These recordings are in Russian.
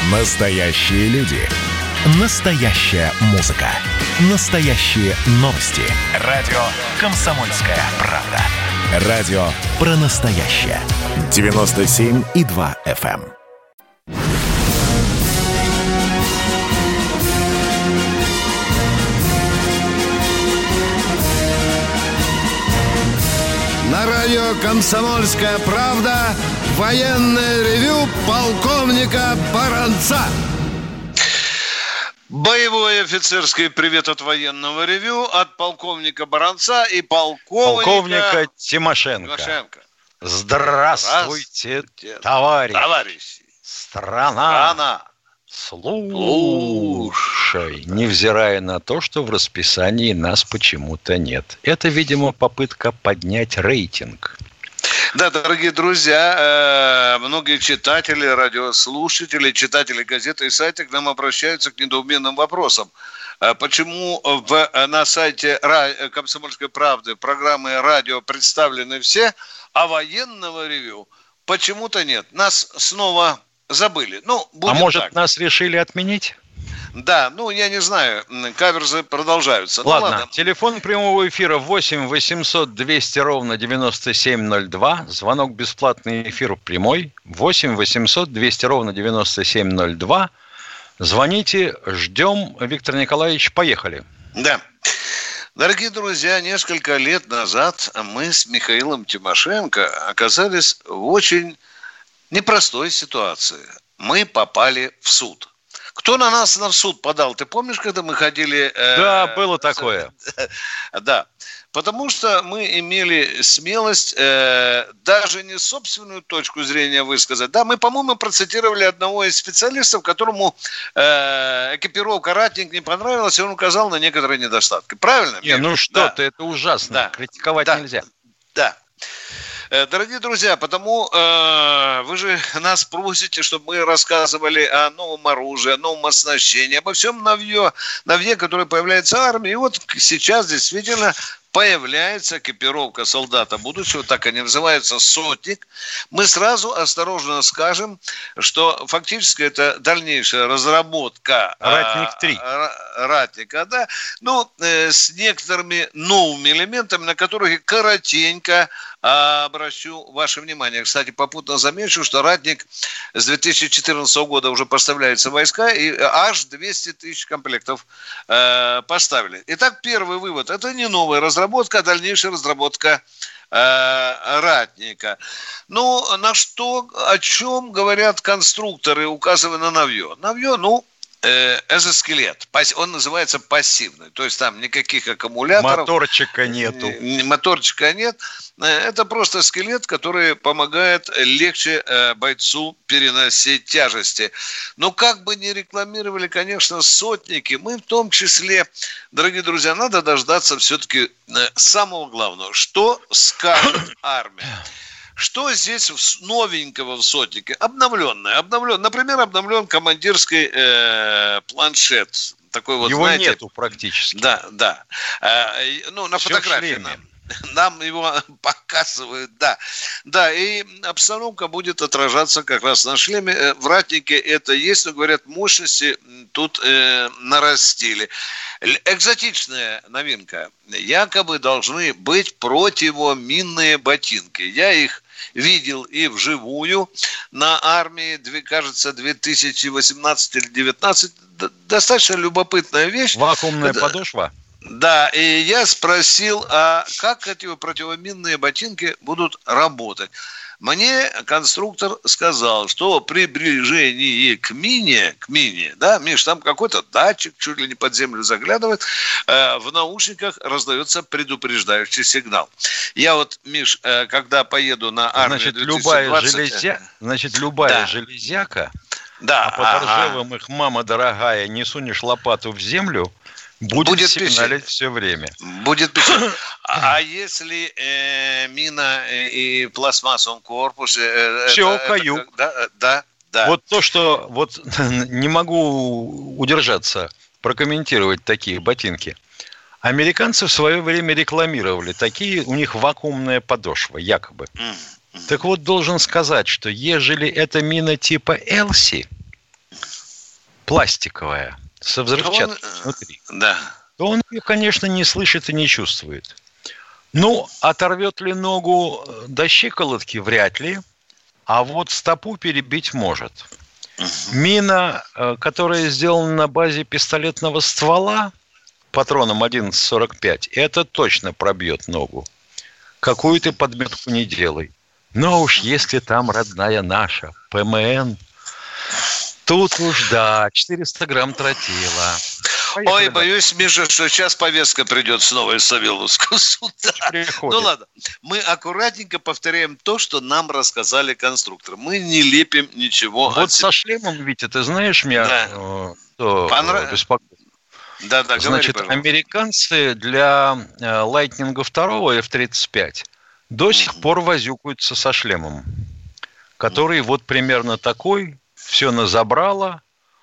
Настоящие люди. Настоящая музыка. Настоящие новости. Радио «Комсомольская правда». Радио про настоящее. 97,2 FM. На радио «Комсомольская правда» военное ревю полковника Баранца. Боевой офицерский привет от военного ревю от полковника Баранца и полковника Тимошенко. Здравствуйте, товарищи. Страна. Слушай, невзирая на то, что в расписании нас почему-то нет. Это, видимо, попытка поднять рейтинг. Да, дорогие друзья, многие читатели, радиослушатели, читатели газеты и сайта к нам обращаются к недоуменным вопросам. Почему на сайте «Комсомольской правды» программы радио представлены все, а военного ревю почему-то нет? Нас снова забыли. А может, так. Нас решили отменить? Да, я не знаю, каверзы продолжаются. Ладно. Телефон прямого эфира 8 800 200 ровно 9702. Звонок бесплатный, эфир прямой. 8 800 200 ровно 9702. Звоните, ждем. Виктор Николаевич, поехали. Да. Дорогие друзья, несколько лет назад мы с Михаилом Тимошенко оказались в очень непростой ситуации. Мы попали в суд. Кто на нас в суд подал? Ты помнишь, когда мы ходили... Да, было такое. Да. Потому что мы имели смелость даже не собственную точку зрения высказать. Да, мы, по-моему, процитировали одного из специалистов, которому экипировка «Ратник» не понравилась, и он указал на некоторые недостатки. Правильно? Ты, это ужасно. Да. Критиковать нельзя. Да. Дорогие друзья, потому вы же нас просите, чтобы мы рассказывали о новом оружии, о новом оснащении, обо всем новье, которое появляется в армии. И вот сейчас действительно появляется экипировка солдата будущего, так они называются, «Сотник». Мы сразу осторожно скажем, что фактически это дальнейшая разработка «Ратник-3». «Ратника», да, с некоторыми новыми элементами, на которых коротенько обращу ваше внимание. Кстати, попутно замечу, что «Ратник» с 2014 года уже поставляется в войска, и аж 200 тысяч комплектов поставили. Итак, первый вывод. Это не новая разработка, а дальнейшая разработка «Ратника». О чем говорят конструкторы, указывая на новье? Новье, экзоскелет. Он называется пассивный. То есть там никаких аккумуляторов. Моторчика нету. Моторчика нет. Это просто скелет, который помогает легче бойцу переносить тяжести. Но как бы ни рекламировали, конечно, сотники, мы в том числе, дорогие друзья, надо дождаться все-таки самого главного. Что скажет армия? Что здесь новенького в «Сотнике»? Обновленное. Например, обновлен командирский планшет. Такой вот, его нету практически. Да. На фотографии нам его показывают, да. Да, и обстановка будет отражаться как раз на шлеме. В «Ратнике» это есть, но, говорят, мощности тут нарастили. Экзотичная новинка. Якобы должны быть противоминные ботинки. Я их видел и вживую на армии, кажется, 2018 или 2019. Достаточно любопытная вещь. Вакуумная подошва? Да, и я спросил, а как эти противоминные ботинки будут работать? Мне конструктор сказал, что при приближении к мине, да, Миш, там какой-то датчик чуть ли не под землю заглядывает, в наушниках раздается предупреждающий сигнал. Я вот, Миш, когда поеду на армию 2020... Любая железяка, а под ржевом их, мама дорогая, не сунешь лопату в землю, будет сигналить все время. Будет пищать. А если мина и в пластмассовом корпусе... Все, каюк. Да. Вот то, что... не могу удержаться прокомментировать такие ботинки. Американцы в свое время рекламировали. Такие у них вакуумная подошва, якобы. Так вот, должен сказать, что ежели это мина типа Элси, пластиковая, со взрывчаткой внутри, то он ее, конечно, не слышит и не чувствует. Ну, оторвет ли ногу до щиколотки? Вряд ли. А вот стопу перебить может. Мина, которая сделана на базе пистолетного ствола, патроном 11,45, это точно пробьет ногу. Какую ты подметку не делай. Но уж если там родная наша, ПМН, тут уж, да, 400 грамм тротила. Поехали. Ой, боюсь, Миша, что сейчас повестка придет снова из Савеловского суда. Приходит. Ну ладно, мы аккуратненько повторяем то, что нам рассказали конструкторы. Мы не лепим ничего. Вот со шлемом, Витя, ты знаешь, меня беспокоит. Да, значит, говори, американцы для Lightning 2 F-35 до сих пор возюкаются со шлемом, который вот примерно такой, все назабрало,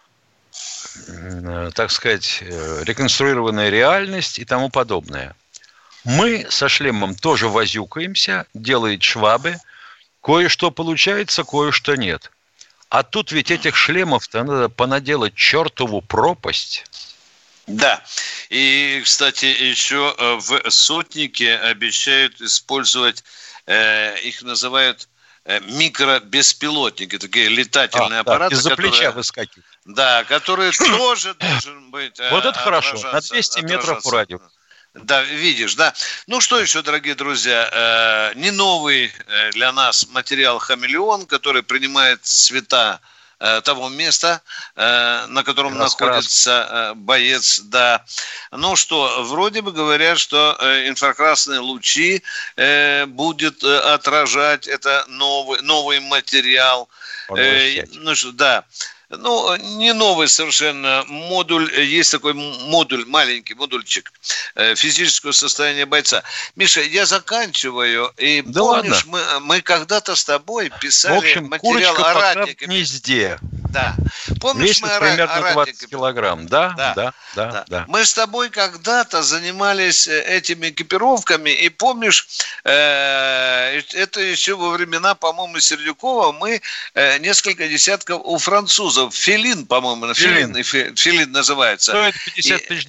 так сказать, реконструированная реальность и тому подобное. Мы со шлемом тоже возюкаемся, делает Швабе, кое-что получается, кое-что нет. А тут ведь этих шлемов-то надо понаделать чертову пропасть. Да, и, кстати, еще в сотнике обещают использовать, их называют микробеспилотники, такие летательные аппараты. Из-за плеча выскакивают. Да, которые тоже должен быть... Вот это хорошо, на 200 метров в радиус. Да, видишь, да. Ну, что еще, дорогие друзья, не новый для нас материал «Хамелеон», который принимает цвета того места, на котором находится боец, да. Ну что, вроде бы говорят, что инфракрасные лучи будет отражать, это новый материал. Ну что, да. Ну, не новый совершенно модуль, есть такой модуль, маленький модульчик физического состояния бойца. Миша, я заканчиваю, и да помнишь, мы когда-то с тобой писали в общем, материал о ратниках. В гнезде. Да. Помнишь, весит мы примерно 20 килограмм, да. Мы с тобой когда-то занимались этими экипировками, и помнишь, это еще во времена, по-моему, Сердюкова, мы несколько десятков у французов, Филин, по-моему, Филин называется. Стоит $50 тысяч.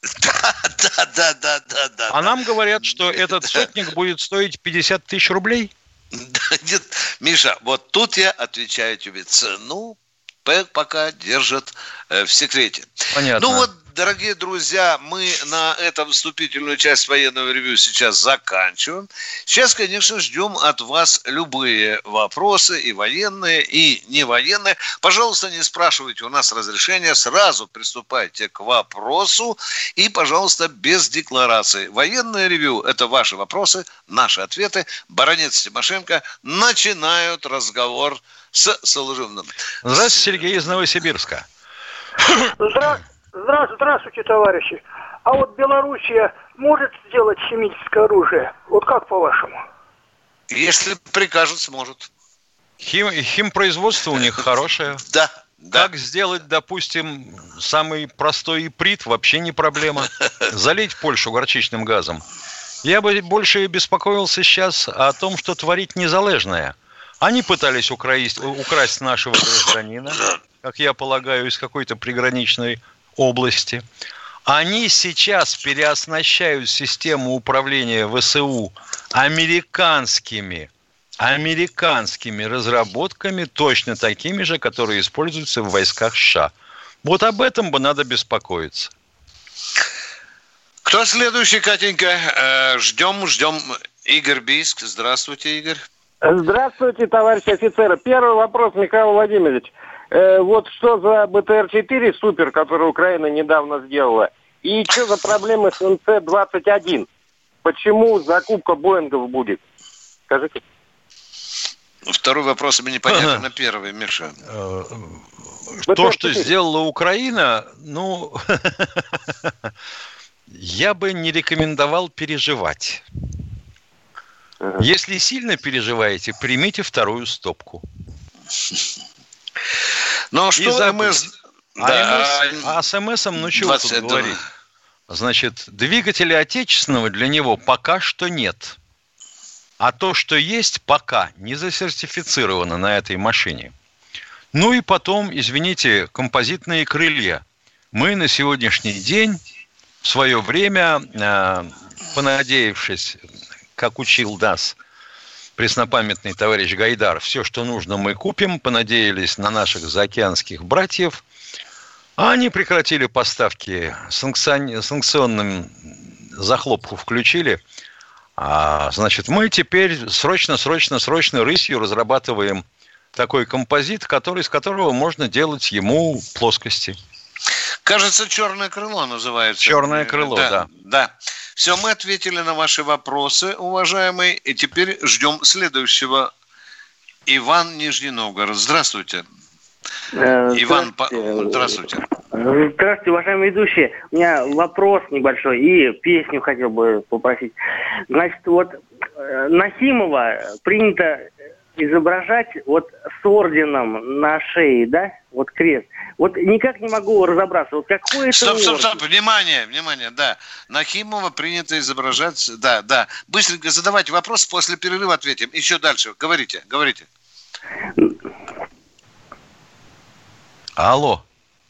Да. А нам говорят, что этот сотник будет стоить 50 тысяч рублей? Нет, Миша, вот тут я отвечаю тебе цену, пока держат в секрете. Понятно. Ну вот, дорогие друзья, мы на этом вступительную часть военного ревью сейчас заканчиваем. Сейчас, конечно, ждем от вас любые вопросы, и военные, и не военные. Пожалуйста, не спрашивайте у нас разрешения, сразу приступайте к вопросу и, пожалуйста, без декларации. Военное ревью – это ваши вопросы, наши ответы. Баронец, Тимошенко начинают разговор с Соложевным. Здравствуйте, Сергей из Новосибирска. Здравствуйте, товарищи. А вот Белоруссия может сделать химическое оружие? Вот как по-вашему? Если прикажут, сможет. Химпроизводство у них хорошее. Да. Как сделать, допустим, самый простой иприт, вообще не проблема. Залить Польшу горчичным газом. Я бы больше беспокоился сейчас о том, что творить незалежное. Они пытались украсть нашего гражданина, как я полагаю, из какой-то приграничной области. Они сейчас переоснащают систему управления ВСУ американскими разработками, точно такими же, которые используются в войсках США. Вот об этом бы надо беспокоиться. Кто следующий, Катенька? Ждем. Игорь Бийск. Здравствуйте, Игорь. Здравствуйте, товарищи офицеры. Первый вопрос, Михаил Владимирович. Вот что за БТР-4 супер, который Украина недавно сделала? И что за проблемы с МЦ-21? Почему закупка Боингов будет? Скажите. Второй вопрос мне непонятно. На первый, Миша. То, что сделала Украина, я бы не рекомендовал переживать. Если сильно переживаете, примите вторую стопку. Ну, что мы... А с МСом, чего тут говорить? Значит, двигателя отечественного для него пока что нет. А то, что есть, пока не засертифицировано на этой машине. Ну и потом, извините, композитные крылья. Мы на сегодняшний день в свое время, понадеявшись, как учил нас преснопамятный товарищ Гайдар, все, что нужно, мы купим, понадеялись на наших заокеанских братьев, а они прекратили поставки, санкционным захлопку включили. Значит, мы теперь срочно рысью разрабатываем такой композит, из которого можно делать ему плоскости. Кажется, «Черное крыло» называется. «Черное крыло», да. Да. Все, мы ответили на ваши вопросы, уважаемые, и теперь ждем следующего. Иван, Нижний Новгород. Здравствуйте. Иван, здравствуйте. Здравствуйте, уважаемые ведущие. У меня вопрос небольшой и песню хотел бы попросить. Значит, вот Нахимова принято изображать вот с орденом на шее, да? Вот крест. Вот никак не могу разобраться. Вот какой это Стоп, внимание, да. Нахимова принято изображать, да. Быстренько задавайте вопрос, после перерыва ответим. Еще дальше, говорите. Алло.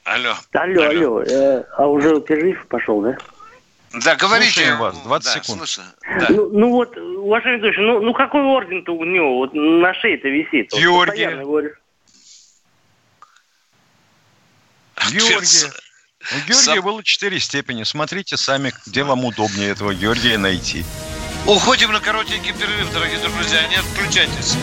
А уже перерыв пошел, да? Да, говорите. Слушаем вас, 20 секунд. Слушаю. Да. Ну вот, уважаемый ведущий, какой орден-то у него вот на шее-то висит? Георгий. У Георгия было 4 степени. Смотрите сами, где вам удобнее этого Георгия найти. Уходим на коротенький перерыв, дорогие друзья. Не отключайтесь.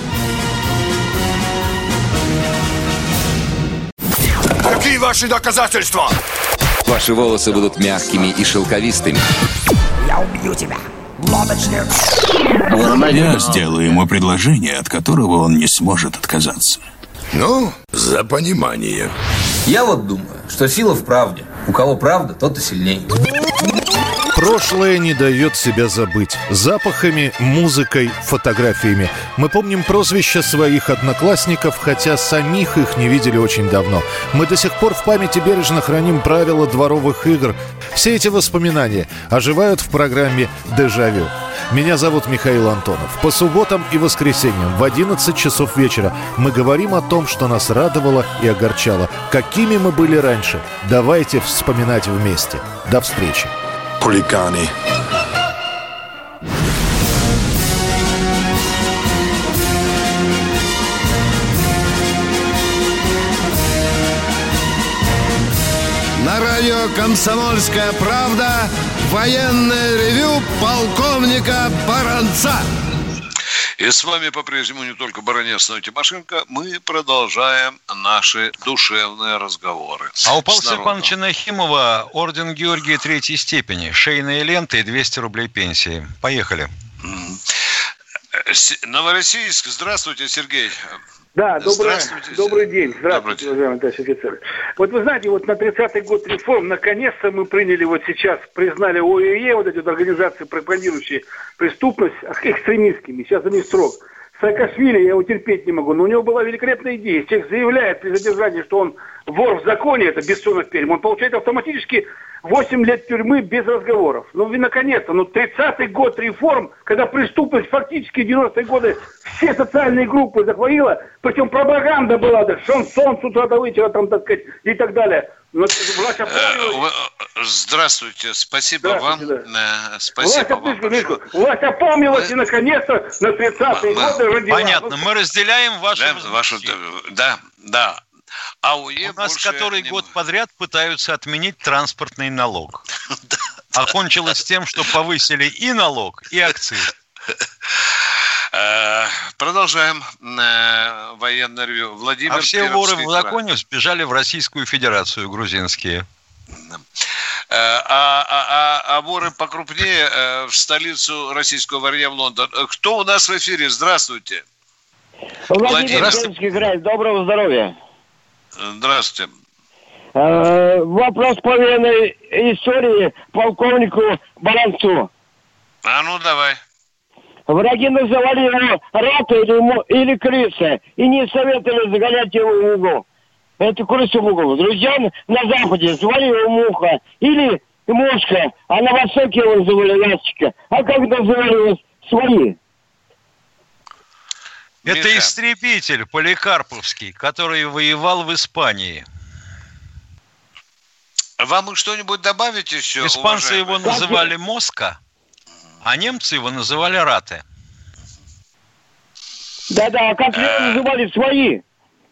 Какие ваши доказательства? Ваши волосы будут мягкими и шелковистыми. Я убью тебя, лодочник. Я сделаю ему предложение, от которого он не сможет отказаться. Ну, за понимание. Я вот думаю, что сила в правде. У кого правда, тот и сильней. Прошлое не дает себя забыть. Запахами, музыкой, фотографиями. Мы помним прозвища своих одноклассников, хотя самих их не видели очень давно. Мы до сих пор в памяти бережно храним правила дворовых игр. Все эти воспоминания оживают в программе «Дежавю». Меня зовут Михаил Антонов. По субботам и воскресеньям в 11 часов вечера мы говорим о том, что нас радовало и огорчало. Какими мы были раньше. Давайте вспоминать вместе. До встречи. Хулиганы. На радио «Комсомольская правда» военное ревю полковника Баранца. И с вами по-прежнему не только Баранец, но и Тимошенко. Мы продолжаем наши душевные разговоры. А у Павла Степановича Нахимова орден Георгия 3-й степени, шейные ленты и 200 рублей пенсии. Поехали. Новороссийск. Здравствуйте, Сергей. Да, добрый день. Здравствуйте, уважаемые товарищи офицеры. Вот вы знаете, вот на 30-й год реформ наконец-то мы приняли вот сейчас, признали ОЕЕ, вот эти вот организации, пропагандирующие преступность, экстремистскими. Сейчас за них срок. Саакашвили, я его терпеть не могу, но у него была великолепная идея. Человек заявляет при задержании, что он вор в законе, это Бессонов Пермь, он получает автоматически 8 лет тюрьмы без разговоров. Ну, наконец-то, 30-й год реформ, когда преступность фактически 90-е годы все социальные группы захватила, причем пропаганда была, да, шансон с утра до вечера, там, так сказать, и так далее. Власть опомнилась. Здравствуйте, спасибо вам. Да. Спасибо вам. Власть опомнилась и, наконец-то, на 30-е годы родила. Понятно, мы разделяем вашу... Да. А у нас который год подряд пытаются отменить транспортный налог. Окончилось тем, что повысили и налог, и акциз. Продолжаем военное ревью. Владимир, а все воры в законе сбежали в Российскую Федерацию, грузинские. А воры покрупнее в столицу российского варья в Лондон. Кто у нас в эфире? Здравствуйте. Владимир Пермский край. Доброго здоровья. Здравствуйте. Вопрос по военной истории полковнику Баранцу. А ну давай. Враги называли его рата или крыса и не советовали загонять его в угол. Это крыса в угол. Друзья на западе звали его муха или мушка, а на востоке его называли ящика. А как называли его свои? Это Миша. истребитель Поликарповский, который воевал в Испании. Вам что-нибудь добавить еще? Испанцы уважаемые? его называли Моска, а немцы его называли Рате. Да-да, а как его называли свои?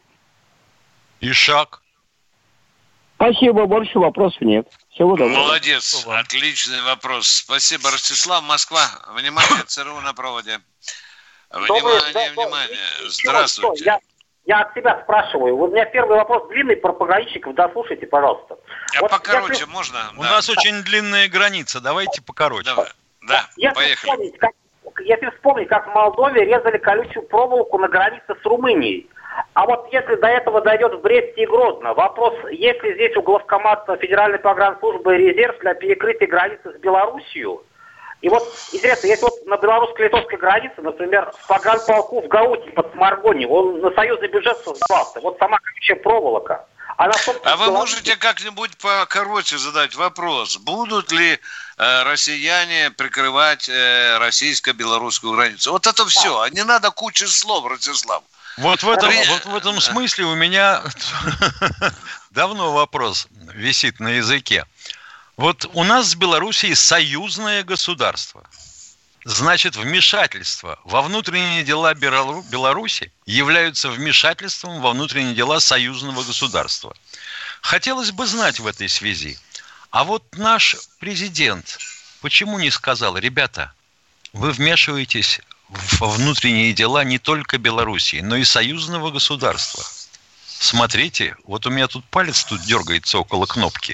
Ишак. Спасибо, больше вопросов нет. Всего доброго. Молодец, отличный вопрос. Спасибо, Ростислав. Москва, внимание, ЦРУ на проводе. Внимание. Здравствуйте. Я от себя спрашиваю. Вот у меня первый вопрос длинный про пограничников. Дослушайте, пожалуйста. А вот покороче можно? У нас очень длинная граница. Давайте покороче. Давай. Да, поехали. Если вспомнить, как в Молдове резали колючую проволоку на границе с Румынией. А вот если до этого дойдет в Бресте и Гродно, вопрос, есть ли здесь у главкомата Федеральной погранслужбы резерв для перекрытия границы с Белоруссией? И вот, интересно, если вот на белорусско-литовской границе, например, в погранполку в Гауте под Сморгоне, он на союзный бюджет создавался, вот сама колючая проволока. А вы можете как-нибудь покороче задать вопрос, будут ли россияне прикрывать российско-белорусскую границу? Вот это все, не надо кучи слов, Ростислав. Вот в этом смысле у меня давно вопрос висит на языке. Вот у нас с Белоруссией союзное государство. Значит, вмешательство во внутренние дела Беларуси являются вмешательством во внутренние дела союзного государства. Хотелось бы знать в этой связи. А вот наш президент почему не сказал: ребята, вы вмешиваетесь во внутренние дела не только Белоруссии, но и союзного государства. Смотрите, вот у меня тут палец дергается около кнопки.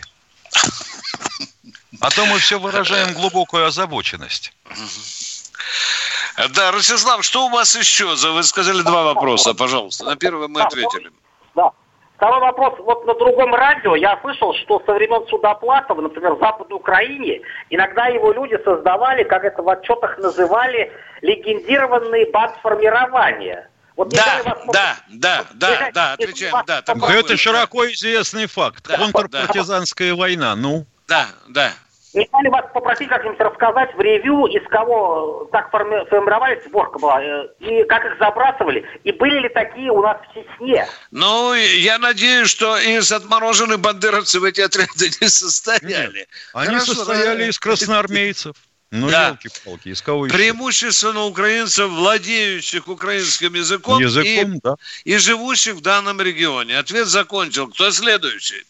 А то мы все выражаем глубокую озабоченность. Да, Ростислав, что у вас еще? Вы сказали два вопроса, пожалуйста. На первый мы ответили. Да. Второй вопрос. Вот на другом радио я слышал, что со времен Судоплатова, например, в Западной Украине, иногда его люди создавали, как это в отчетах называли, легендированные бандформирования. Вот да, отвечаем, да. Это широко известный факт. Контрпартизанская война, Да. Нельзя ли вас попросить как-нибудь рассказать в ревью, из кого так формировались, сборка была, и как их забрасывали, и были ли такие у нас в Чечне? Ну, я надеюсь, что из отмороженных бандеровцев эти отряды не состояли. Нет, они состояли из красноармейцев. Ну, елки-палки, из кого еще? Преимущественно украинцев, владеющих украинским языком и живущих в данном регионе. Ответ закончил. Кто следующий?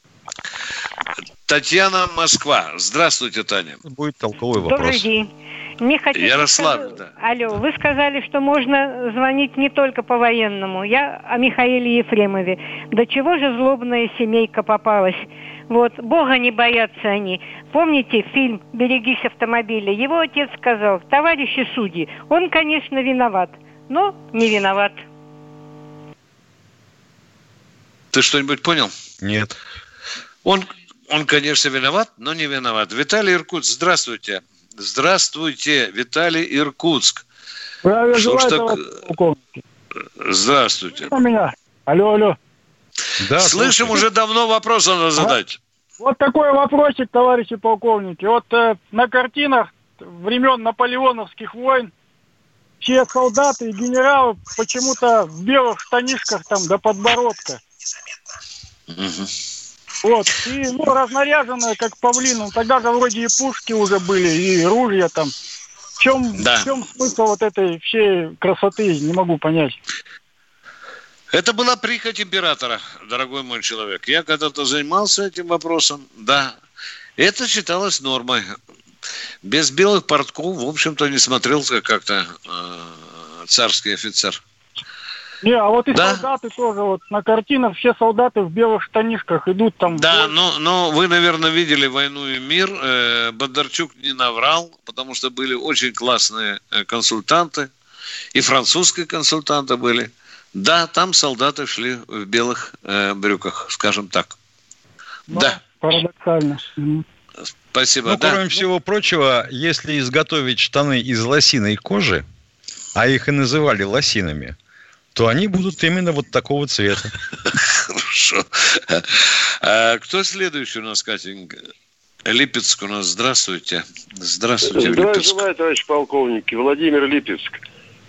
Татьяна, Москва. Здравствуйте, Таня. Будет толковый вопрос. Добрый день. Мне хотелось Ярослав, да. Алло, вы сказали, что можно звонить не только по военному. Я о Михаиле Ефремове. До чего же злобная семейка попалась? Вот, Бога не боятся они. Помните фильм «Берегись автомобиля»? Его отец сказал: товарищи судьи, он, конечно, виноват, но не виноват. Ты что-нибудь понял? Нет. Он, конечно, виноват, но не виноват. Виталий Иркутск, здравствуйте. Здравствуйте, Виталий Иркутск. Здравствуйте. У меня. Алло. Да, слышим, уже давно вопрос надо задать. Вот такой вопросик, товарищи полковники. Вот на картинах времен наполеоновских войн все солдаты и генералы почему-то в белых штанишках там до подбородка. Вот. И разнаряженные, как павлины. Тогда же вроде и пушки уже были, и ружья там. В чем смысл вот этой всей красоты, не могу понять. Это была прихоть императора, дорогой мой человек. Я когда-то занимался этим вопросом. Да, это считалось нормой. Без белых портков, в общем-то, не смотрелся как-то царский офицер. Не, а вот и солдаты тоже, вот на картинах все солдаты в белых штанишках идут там. Да, но вы, наверное, видели «Войну и мир». Бондарчук не наврал, потому что были очень классные консультанты, и французские консультанты были. Да, там солдаты шли в белых брюках, скажем так. Да. Парадоксально. Спасибо. Кроме всего прочего, если изготовить штаны из лосиной кожи, а их и называли лосинами, то они будут именно вот такого цвета. Хорошо. Кто следующий у нас, Катенька? Липецк у нас. Здравствуйте. Здравствуйте, Липецк. Здравия желаю, товарищ полковник. Владимир, Липецк.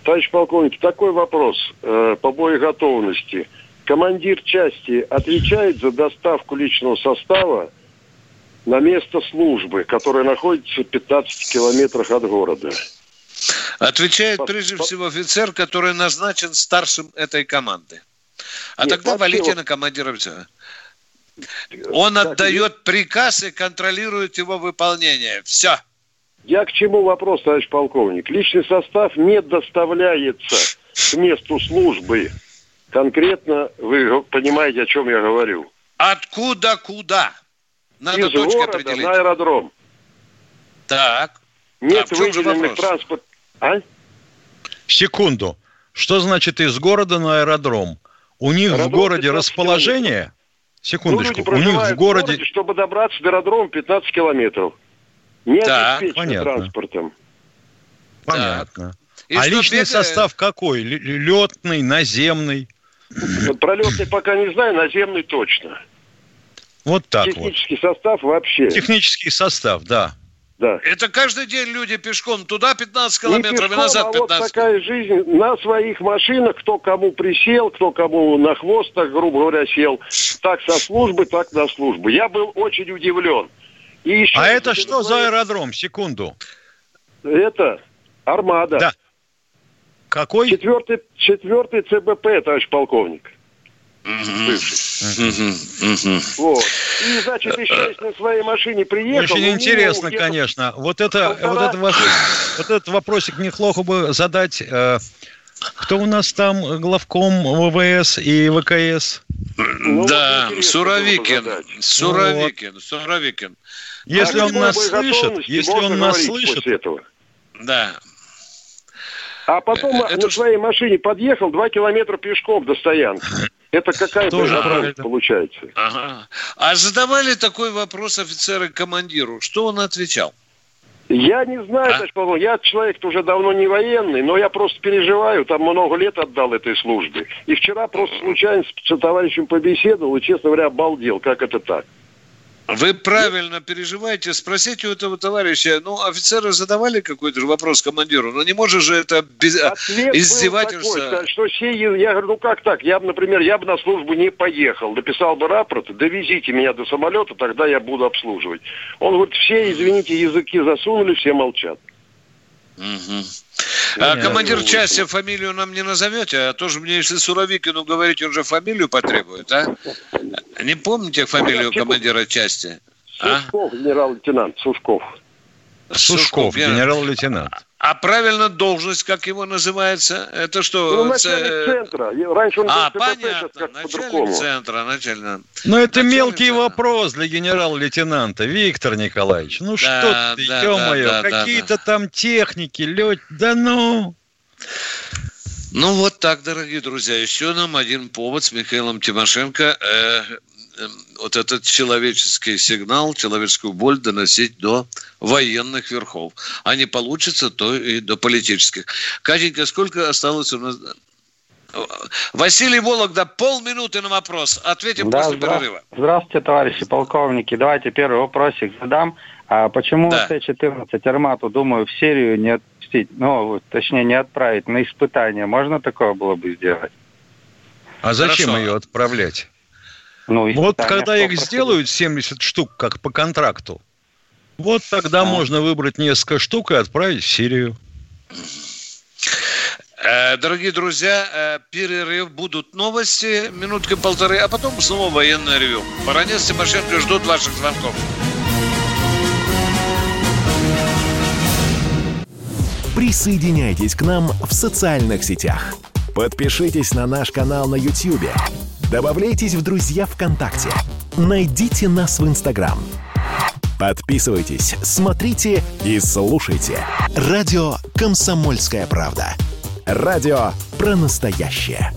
Товарищ полковник, такой вопрос по боеготовности. Командир части отвечает за доставку личного состава на место службы, которое находится в 15 километрах от города? Отвечает прежде всего офицер, который назначен старшим этой команды. А тогда валите на командира офицера. Он отдает приказ и контролирует его выполнение. Все. Я к чему вопрос, товарищ полковник? Личный состав не доставляется к месту службы. Конкретно вы понимаете, о чем я говорю. Откуда куда? Надо из точку города определить. на аэродром. Так. Нет выделенных транспорт. А? Секунду. Что значит из города на аэродром? У них аэродром в городе расположение... Секундочку. У них в городе... Чтобы добраться до аэродрома 15 километров. Не обеспечено транспортом. Понятно. А личный состав какой? Летный, наземный? Пролетный пока не знаю, наземный точно. Вот так Технический состав вообще. Технический состав, да. Да. Это каждый день люди пешком. Туда 15 километров и назад 15. Вот такая жизнь. На своих машинах кто кому присел, кто кому на хвост, так, грубо говоря, сел. Так со службы, так на службу. Я был очень удивлен. И еще это что за аэродром? Секунду. Это Армада. Да. Какой? Четвертый ЦБП, товарищ полковник. Вот. И, значит, еще если на своей машине приехал... Очень интересно, конечно. Вот этот вопросик неплохо бы задать. Кто у нас там главком ВВС и ВКС? Да, Суровикин. Если он нас слышит, Да. А потом на своей машине подъехал 2 километра пешком до стоянки. Это какая боеготовность получается? Ага. А задавали такой вопрос офицеры командиру. Что он отвечал? Я не знаю, товарищ полковник. Я человек-то уже давно не военный, но я просто переживаю. Там много лет отдал этой службе. И вчера просто случайно с товарищем побеседовал и, честно говоря, обалдел. Как это так? Вы правильно переживаете. Спросите у этого товарища. Офицеры задавали какой-то же вопрос командиру. Но не может же это издевательство. Такой, что я говорю, как так? Я бы на службу не поехал. Дописал бы рапорт, довезите меня до самолета, тогда я буду обслуживать. Он говорит, все, извините, языки засунули, все молчат. А командир части фамилию нам не назовете? А то же мне, если Суровикину говорить, он же фамилию потребует, а? Не помните фамилию командира части? Сушков, генерал-лейтенант Сушков. Сушков, генерал-лейтенант. А правильно должность, как его называется? Это что? Начальник центра. Раньше он был понятно. Начальник центра, начальник. Но это мелкий вопрос для генерал-лейтенанта, Виктор Николаевич. Что ты, ё-моё, какие-то там техники, вот так, дорогие друзья. Еще нам один повод с Михаилом Тимошенко вот этот человеческий сигнал, человеческую боль доносить до военных верхов. А не получится, то и до политических. Катенька, сколько осталось у нас? Василий Вологда, полминуты на вопрос. Ответим после перерыва. Здравствуйте, товарищи полковники. Давайте первый вопросик задам. А почему Т-14 «Армату», думаю, в Сирию не отпустить, не отправить на испытание? Можно такое было бы сделать? А зачем ее отправлять? Когда их сделают 70 штук, как по контракту, вот тогда можно выбрать несколько штук и отправить в Сирию. Дорогие друзья, перерыв, будут новости, минутка-полторы, а потом снова военное ревю. Баранец, Тимошенко ждут ваших звонков. Присоединяйтесь к нам в социальных сетях. Подпишитесь на наш канал на YouTube. Добавляйтесь в друзья ВКонтакте. Найдите нас в Инстаграм. Подписывайтесь, смотрите и слушайте. Радио «Комсомольская правда». Радио про настоящее.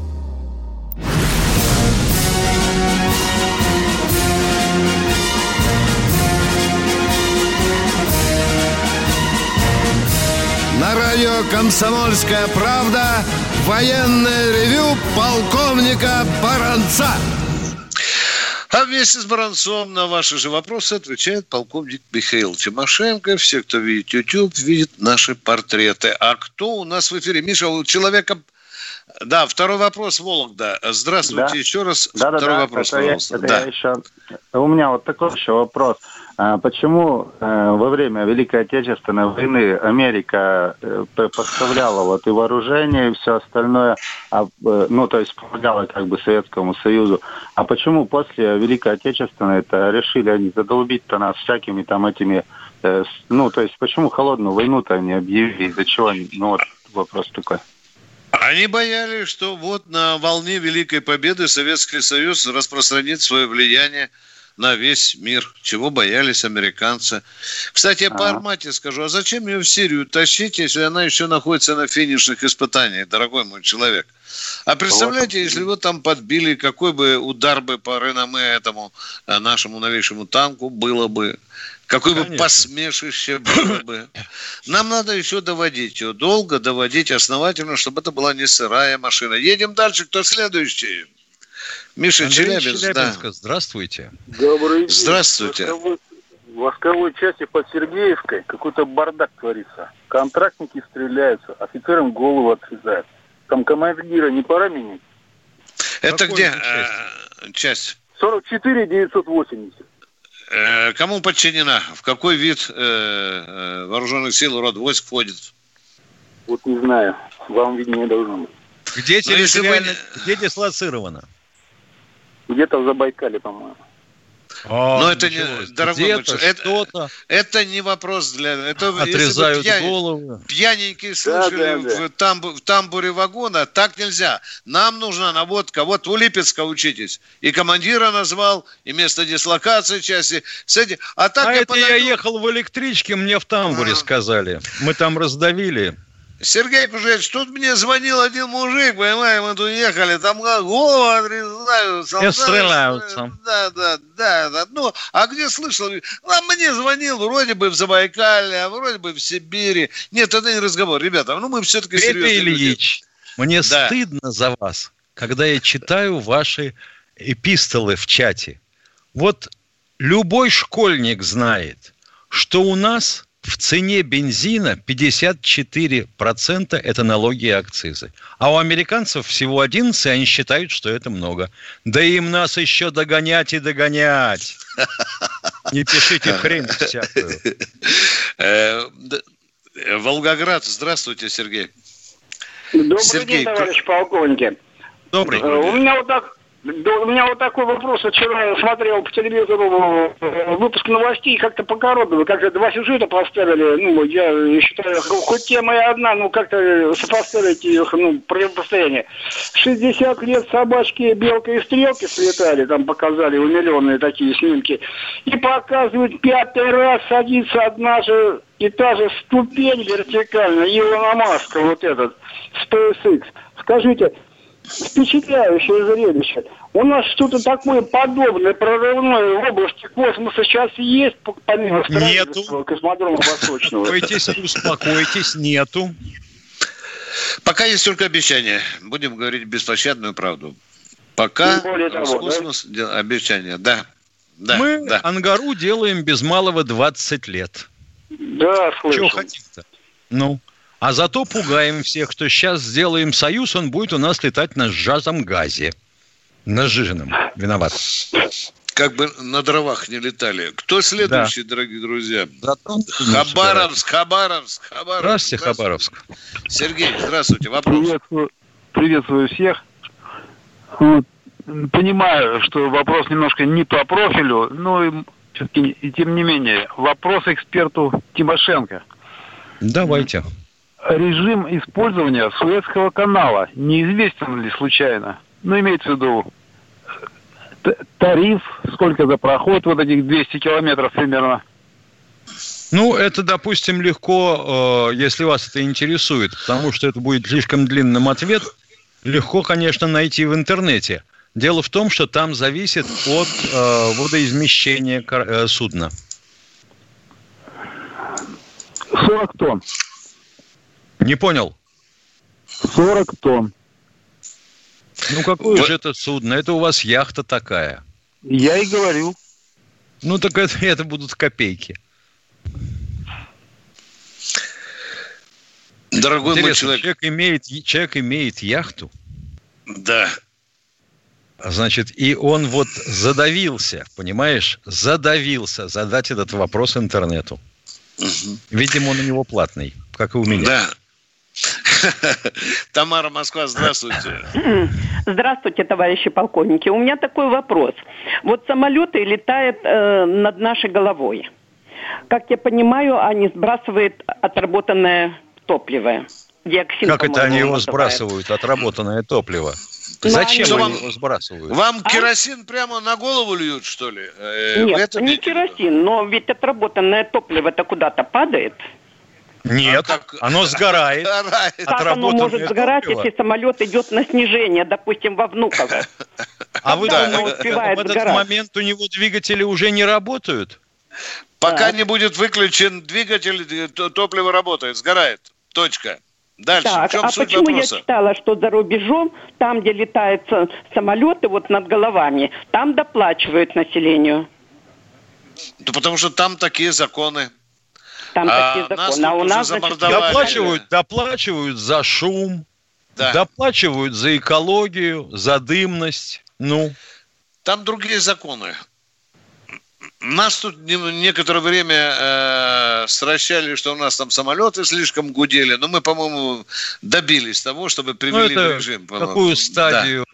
На радио «Комсомольская правда» военное ревю полковника Баранца. А вместе с Баранцом на ваши же вопросы отвечает полковник Михаил Тимошенко. Все, кто видит YouTube, видит наши портреты. А кто у нас в эфире? Миша, у человека... Да, второй вопрос, Вологда. Здравствуйте, еще раз. Второй вопрос, пожалуйста. У меня вот такой еще вопрос. Почему во время Великой Отечественной войны Америка поставляла вот и вооружение, и все остальное, то есть помогала как бы Советскому Союзу, а почему после Великой Отечественной-то решили они задолбить-то нас всякими там этими, то есть почему холодную войну-то они объявили, из-за чего они, вопрос такой. Они боялись, что вот на волне Великой Победы Советский Союз распространит свое влияние на весь мир, чего боялись американцы. Кстати, я по Армате скажу, а зачем ее в Сирию тащить, если она еще находится на финишных испытаниях, дорогой мой человек? А представляете, если его там подбили, какой бы удар бы по реноме этому нашему новейшему танку было бы, какое бы посмешище было бы. Нам надо еще доводить ее, долго доводить, основательно, чтобы это была не сырая машина. Едем дальше, кто следующий? Миша, Челябинск, да. Здравствуйте. Добрый день. Здравствуйте. В войсковой части под Сергеевкой какой-то бардак творится. Контрактники стреляются, офицерам голову отрезают. Там командира не пора менять? Это какой где часть? 44-980. Кому подчинена? В какой вид вооруженных сил, род войск входит? Вот не знаю. Вам виднее должно быть. Где территориально, где дислоцировано? Где-то в Забайкале, по-моему. Но это не, дорогой мой, это не вопрос для... Это, отрезают голову. Пьяненькие слышали в тамбуре вагона, так нельзя. Нам нужна наводка. Вот у Липецка учитесь. И командира назвал, и место дислокации части. А я ехал в электричке, мне в тамбуре сказали. Мы там раздавили. Сергей Кужевич, тут мне звонил один мужик, понимаем, мы тут ехали, там голову отрезают. И стреляются. Да. Ну, а где слышал? А мне звонил вроде бы в Забайкале, а вроде бы в Сибири. Нет, это не разговор, ребята, мы все-таки серьезные люди. Ильич, мне стыдно за вас, когда я читаю ваши эпистолы в чате. Вот любой школьник знает, что у нас... В цене бензина 54% это налоги и акцизы. А у американцев всего 11%, и они считают, что это много. Да им нас еще догонять и догонять. Не пишите хрень всякую. Волгоград. Здравствуйте, Сергей. Добрый день, товарищ полковники. Добрый. У меня вот такой вопрос. Вчера смотрел по телевизору выпуск новостей, как-то по-коротному, как-то два сюжета поставили. Я считаю, хоть тема и одна, как-то сопоставить их, противопостояние. 60 лет собачки Белка и Стрелки слетали, там показали умиленные такие снимки. И показывают 5-й раз садится одна же и та же ступень вертикально, Илона Маска, вот этот, SpaceX. Скажите, впечатляющее зрелище. У нас что-то такое подобное, прорывное в области космоса сейчас есть, помимо строительства космодрома Восточного? Успокойтесь, нету. Пока есть только обещания. Будем говорить беспощадную правду. Пока космос обещания. Да. Мы Ангару делаем без малого 20 лет. Да, слышу. Чего хотим-то? А зато пугаем всех, что сейчас сделаем союз, он будет у нас летать на сжатом газе. На сжиженном. Виноват. Как бы на дровах не летали. Кто следующий, дорогие друзья? Хабаровск. Здравствуйте, Хабаровск. Сергей, здравствуйте. Вопрос. Приветствую всех. Понимаю, что вопрос немножко не по профилю, но все-таки, тем не менее, вопрос эксперту Тимошенко. Давайте. Режим использования Суэцкого канала неизвестен ли случайно? Имеется в виду тариф, сколько за проход, вот этих 200 километров примерно. Это, допустим, легко, если вас это интересует, потому что это будет слишком длинным ответ, легко, конечно, найти в интернете. Дело в том, что там зависит от водоизмещения судна. 40 тонн. Не понял. 40 тонн. Какое же это судно? Это у вас яхта такая. Я и говорю. Ну, так это будут копейки. Дорогой мой человек. Человек имеет яхту. Да. Значит, и он вот задавился, понимаешь? Задавился задать этот вопрос интернету. Угу. Видимо, он у него платный, как и у меня. Да. Тамара, Москва, здравствуйте. Здравствуйте, товарищи полковники. У меня такой вопрос. Вот самолеты летают над нашей головой. Как я понимаю, они сбрасывают отработанное топливо. Диоксин, как это они его сбрасывают, отработанное топливо? Зачем они его сбрасывают? Вам керосин прямо на голову льют, что ли? Нет, не керосин, но ведь отработанное топливо-то куда-то падает. Нет, оно сгорает. Как оно может сгорать, если самолет идет на снижение, допустим, во Внуково? А вы думаете, в этот момент у него двигатели уже не работают? Пока не будет выключен двигатель, топливо работает, сгорает. Точка. Дальше. Так, в чем суть почему вопроса? Я читала, что за рубежом, там, где летают самолеты вот над головами, там доплачивают населению? Да потому что там такие законы. Там такие законы. А у нас доплачивают за шум, доплачивают за экологию, за дымность. Ну. Там другие законы. Нас тут некоторое время сращали, что у нас там самолеты слишком гудели, но мы, по-моему, добились того, чтобы привели в режим. Какую стадию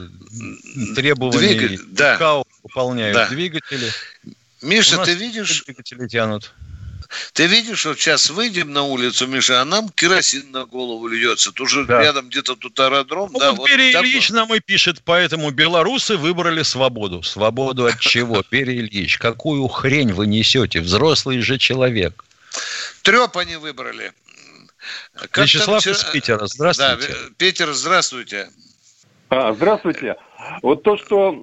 требований КАО выполняют двигатели? Миша, ты видишь? Двигатели тянут. Ты видишь, что сейчас выйдем на улицу, Миша, а нам керосин на голову льется. Тут же рядом где-то тут аэродром. Ну, вот Перри Ильич нам и пишет, поэтому белорусы выбрали свободу. Свободу от чего? Перри Ильич, какую хрень вы несете? Взрослый же человек. Трёп они выбрали. Вячеслав из Питера, здравствуйте. Да, Питер, здравствуйте. Здравствуйте. Вот то, что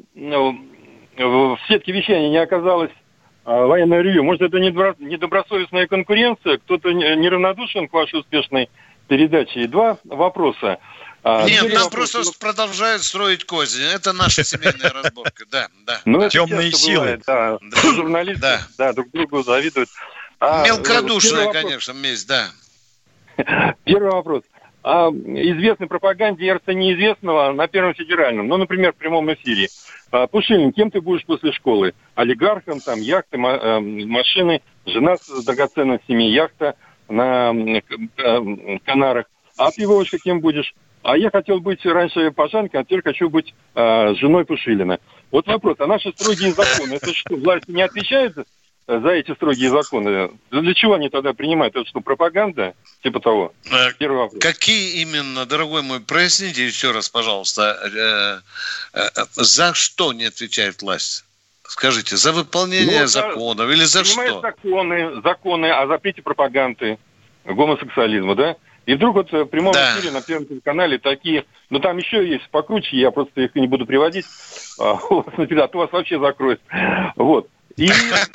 в сетке вещания не оказалось военное ревью. Может, это недобросовестная конкуренция? Кто-то неравнодушен к вашей успешной передаче? И два вопроса. Нет, нам просто продолжают строить козни. Это наша семейная разборка. Да. Ну, темные силы. Да. Журналисты друг другу завидуют. Мелкодушная, конечно, месть, да. Первый вопрос. Известной пропаганде РЦ неизвестного на Первом федеральном, ну, например, в прямом эфире. Пушилин, кем ты будешь после школы? Олигархом, там, яхты, машины, жена с драгоценностями, яхта на Канарах. А ты, Вовочка, кем будешь? А я хотел быть раньше пожанкой, а теперь хочу быть женой Пушилина. Вот вопрос, а наши строгие законы, это что, власть не отвечает за эти строгие законы? Для чего они тогда принимают? Это что, пропаганда? Типа того. Первый вопрос. Какие именно, дорогой мой, проясните еще раз, пожалуйста, за что не отвечает власть? Скажите, за выполнение законов или за что? Законы о запрете пропаганды гомосексуализма, да? И вдруг вот в прямом эфире на Первом телеканале такие, ну там еще есть покруче, я просто их не буду приводить, а то вас вообще закроют. Вот. И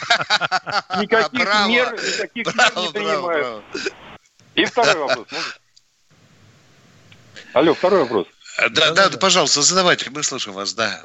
никаких мер не принимают. И второй вопрос. Алло, второй вопрос. Да, пожалуйста, задавайте, мы слышим вас, да.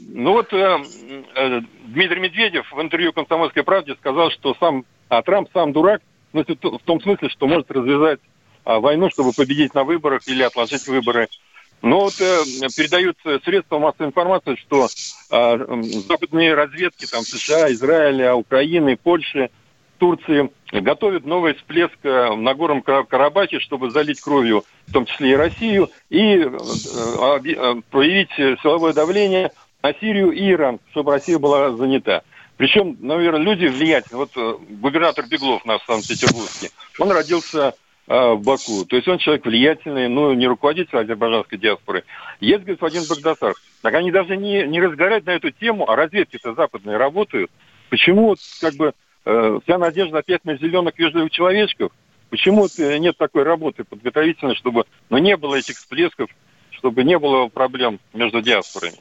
Дмитрий Медведев в интервью «Комсомольской правде» сказал, что Трамп сам дурак, в том смысле, что может развязать войну, чтобы победить на выборах или отложить выборы. Но вот передают средства массовой информации, что западные разведки там США, Израиля, Украины, Польши, Турции готовят новый всплеск в Нагорном Карабахе, чтобы залить кровью, в том числе и Россию, и проявить силовое давление на Сирию и Иран, чтобы Россия была занята. Причем, наверное, люди влиятельные. Вот губернатор Беглов наш в Санкт-Петербурге, он родился в Баку. То есть он человек влиятельный, не руководитель азербайджанской диаспоры. Есть господин Багдасаров. Так они даже не разговаривают на эту тему, а разведки-то западные работают. Почему вся надежда опять на зеленых вежливых человечков? Почему нет такой работы подготовительной, чтобы не было этих всплесков, чтобы не было проблем между диаспорами?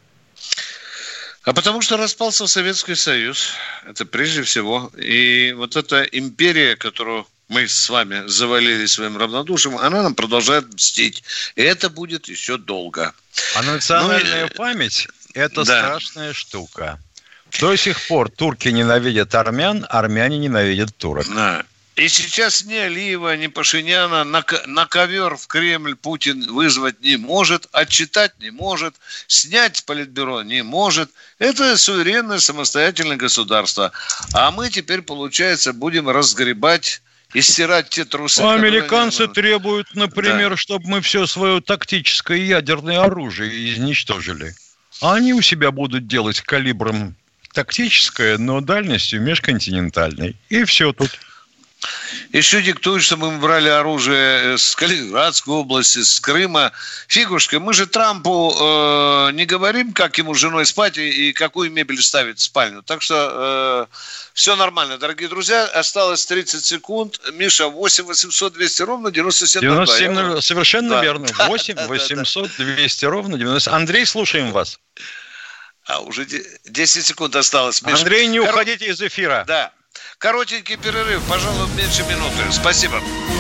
А потому что распался Советский Союз. Это прежде всего. И вот эта империя, которую мы с вами завалили своим равнодушием, она нам продолжает мстить. И это будет еще долго. А национальная память Это страшная штука. До сих пор турки ненавидят армян, армяне ненавидят турок. Да. И сейчас ни Алиева, ни Пашиняна на ковер в Кремль Путин вызвать не может, отчитать не может, снять с политбюро не может. Это суверенное самостоятельное государство. А мы теперь, получается, будем разгребать и стирать те трусы. Американцы требуют, например, чтобы мы все свое тактическое ядерное оружие изничтожили. А они у себя будут делать калибром тактическое, но дальностью межконтинентальной. И все тут. Еще диктуют, что мы брали оружие с Калининградской области, с Крыма. Фигушка, мы же Трампу не говорим, как ему с женой спать и какую мебель ставить в спальню. Так что все нормально, дорогие друзья. Осталось 30 секунд. Миша, 8 800 200 ровно 9702. 97, совершенно верно. 8 800 200 ровно 90. Андрей, слушаем вас. А уже 10 секунд осталось, Миша. Андрей, не уходите из эфира. Да. Коротенький перерыв, пожалуй, меньше минуты. Спасибо.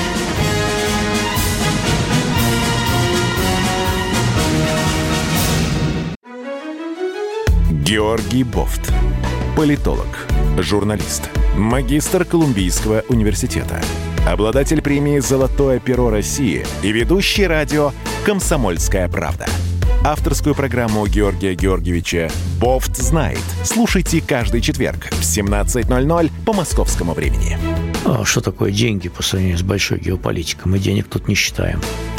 Георгий Бофт. Политолог, журналист, магистр Колумбийского университета, обладатель премии «Золотое перо России» и ведущий радио «Комсомольская правда». Авторскую программу Георгия Георгиевича «Бофт знает». Слушайте каждый четверг в 17:00 по московскому времени. А что такое деньги по сравнению с большой геополитикой? Мы денег тут не считаем.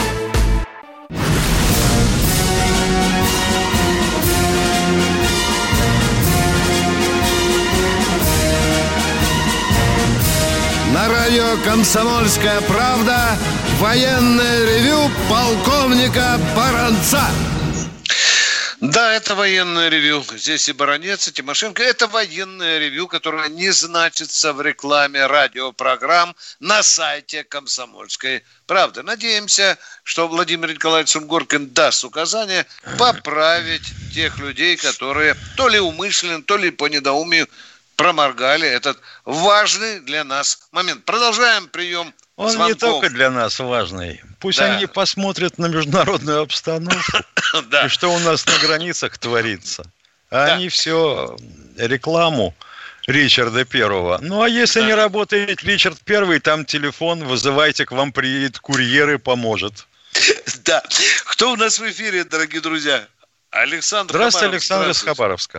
На радио «Комсомольская правда» военное ревю полковника Баранца. Да, это военное ревью. Здесь и Баранец, и Тимошенко. Это военное ревью, которое не значится в рекламе радиопрограмм на сайте «Комсомольской правды». Надеемся, что Владимир Николаевич Сунгоркин даст указание поправить тех людей, которые то ли умышленно, то ли по недоумию проморгали этот важный для нас момент. Продолжаем прием Он звонков. Не только для нас важный. Пусть они посмотрят на международную обстановку и что у нас на границах творится. Они все рекламу Ричарда Первого. Ну, а если не работает Ричард Первый, там телефон, вызывайте, к вам приедет курьер и поможет. Да. Кто у нас в эфире, дорогие друзья? Александр. Здравствуйте, Александр из Хабаровска.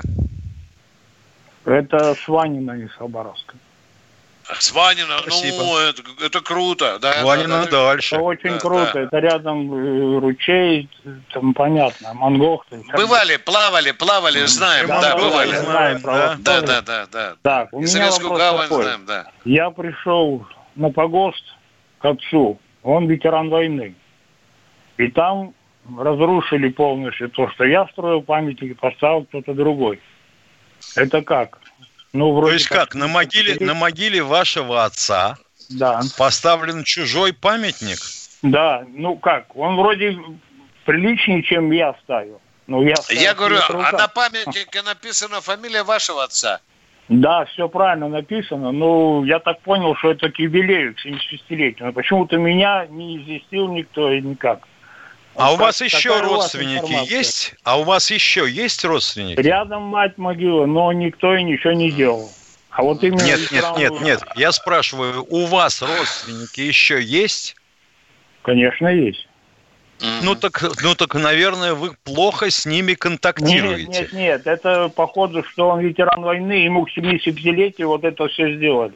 Это Сванина из Хабаровска. Сванина, Спасибо. Ну, это круто. Да, Сванина дальше. Это очень круто. Это рядом ручей, там понятно, Монгохты. Бывали, плавали, знаем, бывали. Знаем, да. Так, у меня вопрос такой. Знаем, да. Я пришел на погост к отцу, он ветеран войны. И там разрушили полностью то, что я строил, памятники поставил кто-то другой. Это как? Ну, вроде то есть как? На могиле вашего отца поставлен чужой памятник? Да, ну как? Он вроде приличнее, чем я ставил. Я говорю, а на памятнике написана фамилия вашего отца? Да, все правильно написано. Но я так понял, что это к юбилею, к 76-летию. Но почему-то меня не известил никто и никак. А у вас еще родственники есть? А у вас еще есть родственники? Рядом мать могила, но никто и ничего не делал. А вот именно Нет. Я спрашиваю, у вас родственники еще есть? Конечно, есть. Ну так, наверное, вы плохо с ними контактируете. Нет. Это походу, что он ветеран войны, ему к 70-летию вот это все сделали.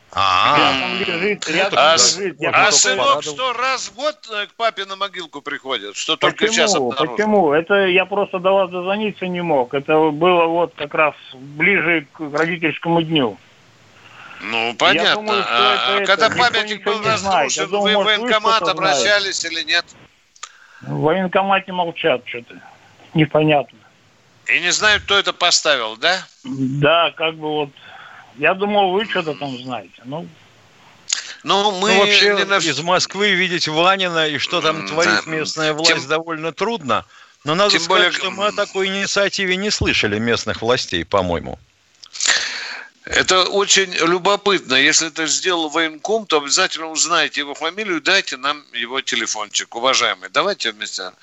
Сынок что, раз в год к папе на могилку приходит? Что только сейчас обнаружил? Почему? Это я просто до вас дозвониться не мог. Это было вот как раз ближе к родительскому дню. Ну, понятно. Думаю, когда памятник был разрушен, вы в военкомат обращались или нет? В военкомате молчат что-то. Непонятно. И не знают, кто это поставил, да? Да, как бы вот... Я думал, вы что-то там знаете. Мы вообще из Москвы видеть Ванина и что там творит местная власть довольно трудно. Но надо сказать, что мы о такой инициативе не слышали местных властей, по-моему. Это очень любопытно. Если это сделал военком, то обязательно узнайте его фамилию, дайте нам его телефончик, уважаемый. Давайте вместе.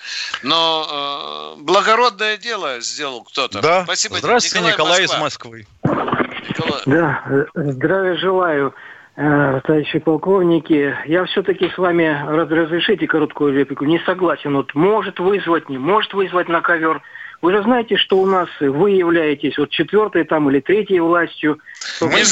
Но благородное дело сделал кто-то. Да. Спасибо. Здравствуйте, Николай из Москвы. Николай. Да, здравия желаю, товарищи полковники. Я все-таки с вами, разрешите короткую реплику, не согласен. Вот может вызвать, не может вызвать на ковер. Вы же знаете, что у нас вы являетесь вот четвертой там или третьей властью. Мы не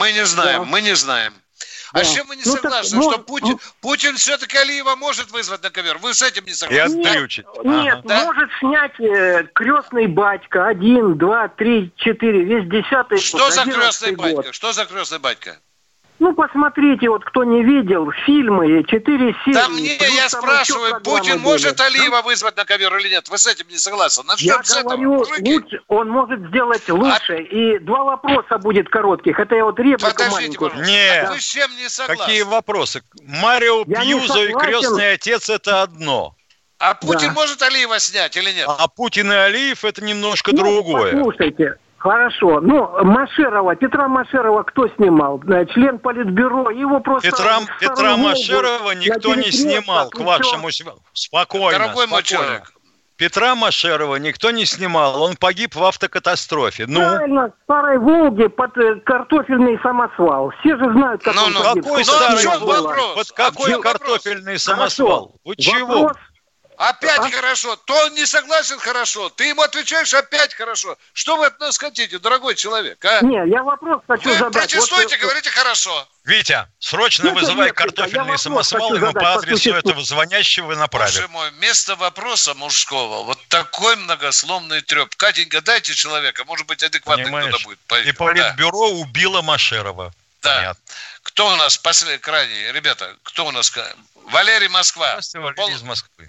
знаем. Да. А с чем вы не согласны, что Путин все-таки Алиева может вызвать на ковер? Вы с этим не согласны? Нет, может снять крестный батька 1, 2, 3, 4, весь 10-й. Что за крестный батька? Что за крестный батька? Ну, посмотрите, вот кто не видел, фильмы, 4 серии. Да мне, я спрашиваю, Путин может Алиева вызвать на ковер или нет? Вы с этим не согласны? Я говорю, он может сделать лучше. И 2 вопроса будет коротких. Это я вот реплику маленькую. Нет, вы с чем не согласны? Какие вопросы? Марио Пьюзо и крестный отец – это одно. А Путин может Алиева снять или нет? А Путин и Алиев – это немножко другое. Послушайте. Хорошо. Ну, Петра Машерова кто снимал? Член Политбюро. Его просто... Петра Машерова никто не снимал, к вашему... Спокойно. Дорогой мой человек. Петра Машерова никто не снимал. Он погиб в автокатастрофе. Правильно, в Старой Волге под картофельный самосвал. Все же знают, как он погиб. Какой Старый Волга? Под какой картофельный самосвал? Вы чего? Опять хорошо. То он не согласен, хорошо. Ты ему отвечаешь, опять хорошо. Что вы от нас хотите, дорогой человек? А? Не, я вопрос хочу задать. Вы протестуйте, говорите хорошо. Витя, срочно вызывай картофельный самосвал, и мы по адресу этого звонящего направим. Боже мой, вместо вопроса мужского вот такой многословный треп. Катенька, дайте человека, может быть, адекватный кто-то будет. И Политбюро убило Машерова. Да. Понятно. Кто у нас крайний? Ребята, кто у нас? Валерий, Москва. Здравствуйте, Валерий из Москвы.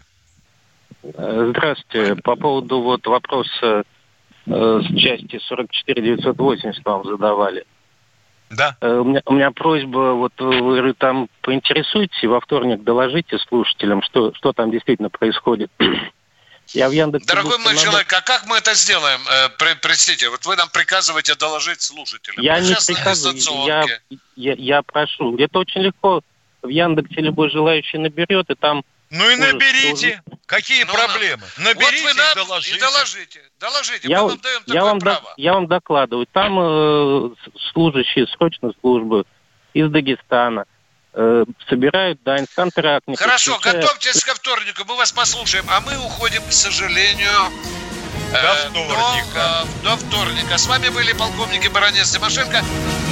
Здравствуйте. По поводу вот вопроса с части 44-980 вам задавали. Да. У меня просьба, вот вы там поинтересуйтесь и во вторник доложите слушателям, что там действительно происходит. Я в Яндексе... Дорогой мой человек, а как мы это сделаем? Простите, вот вы нам приказываете доложить слушателям. Я не приказываю, я прошу. Это очень легко. В Яндексе любой желающий наберет, и там... Ну и наберите. Какие проблемы? Наберите вот и доложите. Доложите. Мы вам даем такое право. Я вам докладываю. Там служащие срочной службы из Дагестана собирают дань с контрактников. Хорошо, готовьтесь ко вторнику, мы вас послушаем. А мы уходим, к сожалению... До вторника. С вами были полковники Баранец, Тимошенко.